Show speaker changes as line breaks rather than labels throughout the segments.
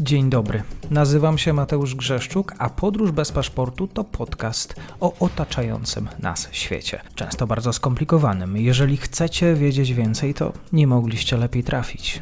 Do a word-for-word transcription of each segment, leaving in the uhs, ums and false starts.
Dzień dobry, nazywam się Mateusz Grzeszczuk, a Podróż bez paszportu to podcast o otaczającym nas świecie. Często bardzo skomplikowanym. Jeżeli chcecie wiedzieć więcej, to nie mogliście lepiej trafić.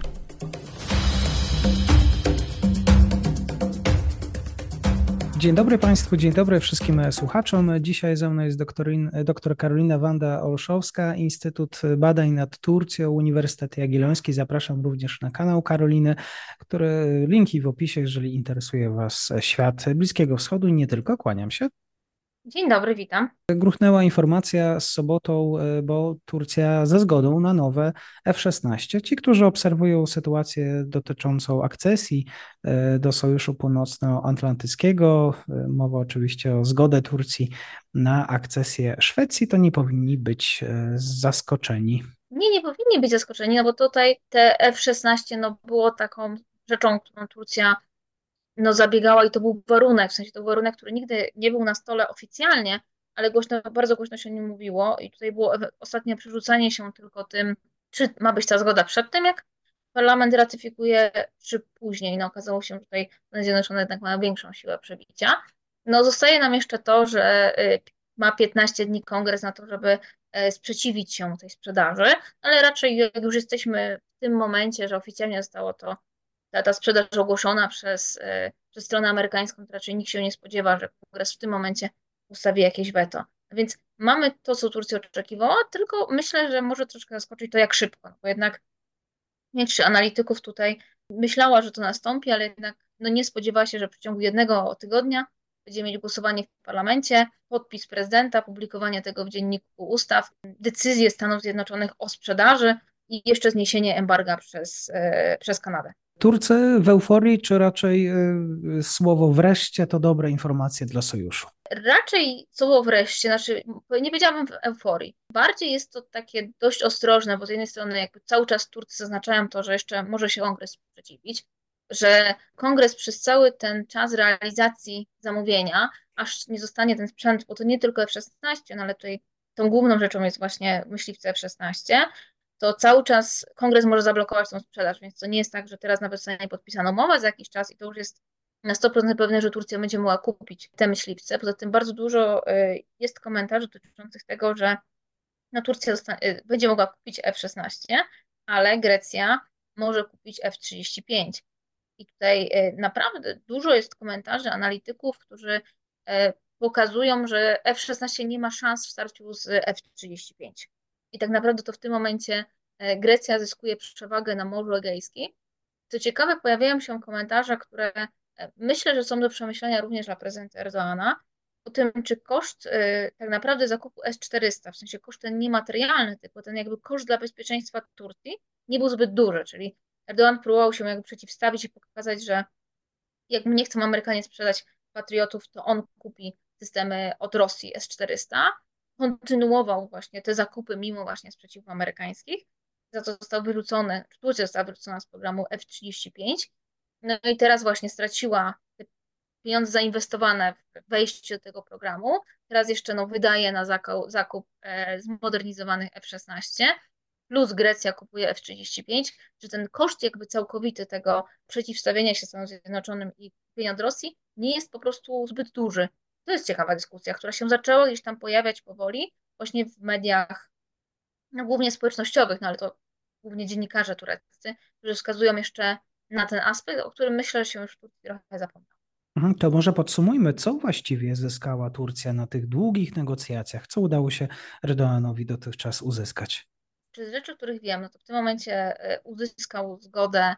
Dzień dobry Państwu, dzień dobry wszystkim słuchaczom. Dzisiaj ze mną jest doktorin, doktor Karolina Wanda Olszowska, Instytut Badań nad Turcją, Uniwersytet Jagielloński. Zapraszam również na kanał Karoliny, który linki w opisie, jeżeli interesuje Was świat Bliskiego Wschodu i nie tylko. Kłaniam się.
Dzień dobry, witam.
Gruchnęła informacja z sobotą, bo Turcja ze zgodą na nowe F szesnaście. Ci, którzy obserwują sytuację dotyczącą akcesji do Sojuszu Północnoatlantyckiego, mowa oczywiście o zgodę Turcji na akcesję Szwecji, to nie powinni być zaskoczeni.
Nie, nie powinni być zaskoczeni, no bo tutaj te F szesnaście no, było taką rzeczą, którą Turcja no, zabiegała i to był warunek, w sensie to był warunek, który nigdy nie był na stole oficjalnie, ale głośno, bardzo głośno się o nim mówiło i tutaj było ostatnie przerzucanie się tylko tym, czy ma być ta zgoda przed tym, jak parlament ratyfikuje, czy później. No okazało się, że tutaj Stany Zjednoczone jednak mają większą siłę przebicia. No zostaje nam jeszcze to, że y, ma piętnaście dni kongres na to, żeby y, sprzeciwić się tej sprzedaży, ale raczej jak już jesteśmy w tym momencie, że oficjalnie zostało to ta, ta sprzedaż ogłoszona przez, y, przez stronę amerykańską, to raczej nikt się nie spodziewa, że kongres w tym momencie ustawi jakieś weto. Więc mamy to, co Turcja oczekiwała, tylko myślę, że może troszkę zaskoczyć to, jak szybko, no bo jednak większość analityków tutaj myślała, że to nastąpi, ale jednak no nie spodziewała się, że w przeciągu jednego tygodnia będziemy mieć głosowanie w parlamencie, podpis prezydenta, publikowanie tego w Dzienniku Ustaw, decyzję Stanów Zjednoczonych o sprzedaży i jeszcze zniesienie embarga przez, e, przez Kanadę.
Turcy w euforii, czy raczej y, słowo wreszcie to dobre informacje dla sojuszu?
Raczej słowo wreszcie, znaczy nie powiedziałabym w euforii. Bardziej jest to takie dość ostrożne, bo z jednej strony jakby cały czas Turcy zaznaczają to, że jeszcze może się kongres sprzeciwić, że kongres przez cały ten czas realizacji zamówienia, aż nie zostanie ten sprzęt, bo to nie tylko F szesnaście, no ale tutaj tą główną rzeczą jest właśnie myśliwce F szesnaście, to cały czas kongres może zablokować tą sprzedaż, więc to nie jest tak, że teraz nawet zostanie podpisana umowa za jakiś czas i to już jest na sto procent pewne, że Turcja będzie mogła kupić te myśliwce. Poza tym bardzo dużo y, jest komentarzy dotyczących tego, że no, Turcja y, będzie mogła kupić F szesnaście, ale Grecja może kupić F trzydzieści pięć. I tutaj y, naprawdę dużo jest komentarzy analityków, którzy y, pokazują, że F szesnaście nie ma szans w starciu z F trzydzieści pięć. I tak naprawdę to w tym momencie y, Grecja zyskuje przewagę na Morzu Egejskim. Co ciekawe, pojawiają się komentarze, które myślę, że są do przemyślenia również dla prezydenta Erdoğana, o tym, czy koszt y, tak naprawdę zakupu S czterysta, w sensie koszt ten niematerialny, tylko ten jakby koszt dla bezpieczeństwa Turcji nie był zbyt duży, czyli Erdoğan próbował się jakby przeciwstawić i pokazać, że jak nie chcą Amerykanie sprzedać patriotów, to on kupi systemy od Rosji S czterysta. Kontynuował właśnie te zakupy mimo właśnie sprzeciwów amerykańskich, za co został wyrzucony, Turcja została wyrzucona z programu F trzydzieści pięć. No i teraz właśnie straciła te pieniądze zainwestowane w wejście do tego programu. Teraz jeszcze no, wydaje na zakup, zakup e, zmodernizowanych F szesnaście, plus Grecja kupuje F trzydzieści pięć, że ten koszt jakby całkowity tego przeciwstawienia się Stanom Zjednoczonym i kupienia od Rosji nie jest po prostu zbyt duży. To jest ciekawa dyskusja, która się zaczęła gdzieś tam pojawiać powoli, właśnie w mediach, no, głównie społecznościowych, no ale to głównie dziennikarze tureccy, którzy wskazują jeszcze na ten aspekt, o którym myślę, że się już tu trochę zapomniało.
Mhm, to może podsumujmy, co właściwie zyskała Turcja na tych długich negocjacjach, co udało się Erdoğanowi dotychczas uzyskać.
Czy z rzeczy, których wiem, no to w tym momencie y, uzyskał zgodę,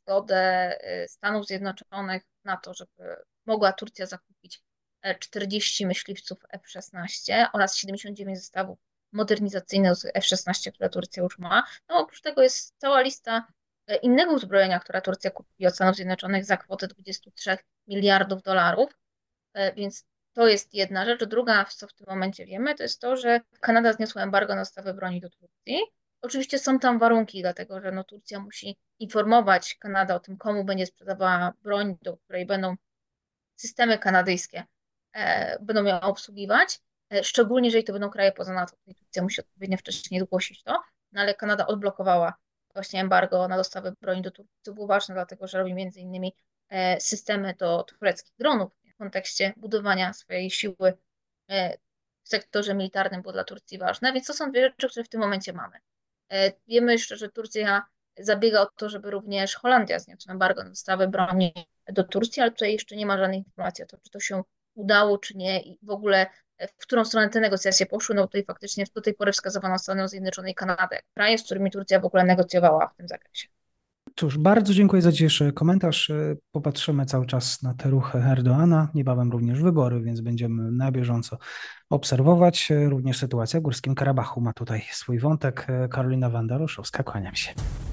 zgodę y, Stanów Zjednoczonych na to, żeby mogła Turcja zakupić e, czterdzieści myśliwców F szesnaście oraz siedemdziesiąt dziewięć zestawów modernizacyjnych z F szesnaście, które Turcja już ma. No oprócz tego jest cała lista e, innego uzbrojenia, które Turcja kupi od Stanów Zjednoczonych za kwotę dwadzieścia trzy miliardów dolarów, E, więc to jest jedna rzecz. Druga, co w tym momencie wiemy, to jest to, że Kanada zniosła embargo na dostawę broni do Turcji. Oczywiście są tam warunki, dlatego że no, Turcja musi informować Kanadę o tym, komu będzie sprzedawała broń, do której będą systemy kanadyjskie e, będą ją obsługiwać, e, szczególnie jeżeli to będą kraje poza NATO. I Turcja musi odpowiednio wcześniej zgłosić to, no, ale Kanada odblokowała właśnie embargo na dostawę broni do Turcji, co było ważne, dlatego że robi między innymi systemy do tureckich dronów w kontekście budowania swojej siły w sektorze militarnym było dla Turcji ważne, więc to są dwie rzeczy, które w tym momencie mamy. Wiemy jeszcze, że Turcja zabiega o to, żeby również Holandia zniosła embargo na dostawy broni do Turcji, ale tutaj jeszcze nie ma żadnych informacji o to, czy to się udało, czy nie i w ogóle w którą stronę te negocjacje poszły. No tutaj faktycznie do tej pory wskazywano Stany Zjednoczone i Kanadę, kraje, z którymi Turcja w ogóle negocjowała w tym zakresie.
Cóż, bardzo dziękuję za dzisiejszy komentarz. Popatrzymy cały czas na te ruchy Erdoana. Niebawem również wybory, więc będziemy na bieżąco obserwować. Również sytuacja w Górskim Karabachu ma tutaj swój wątek. Karolina Wanda-Ruszowska, kłaniam się.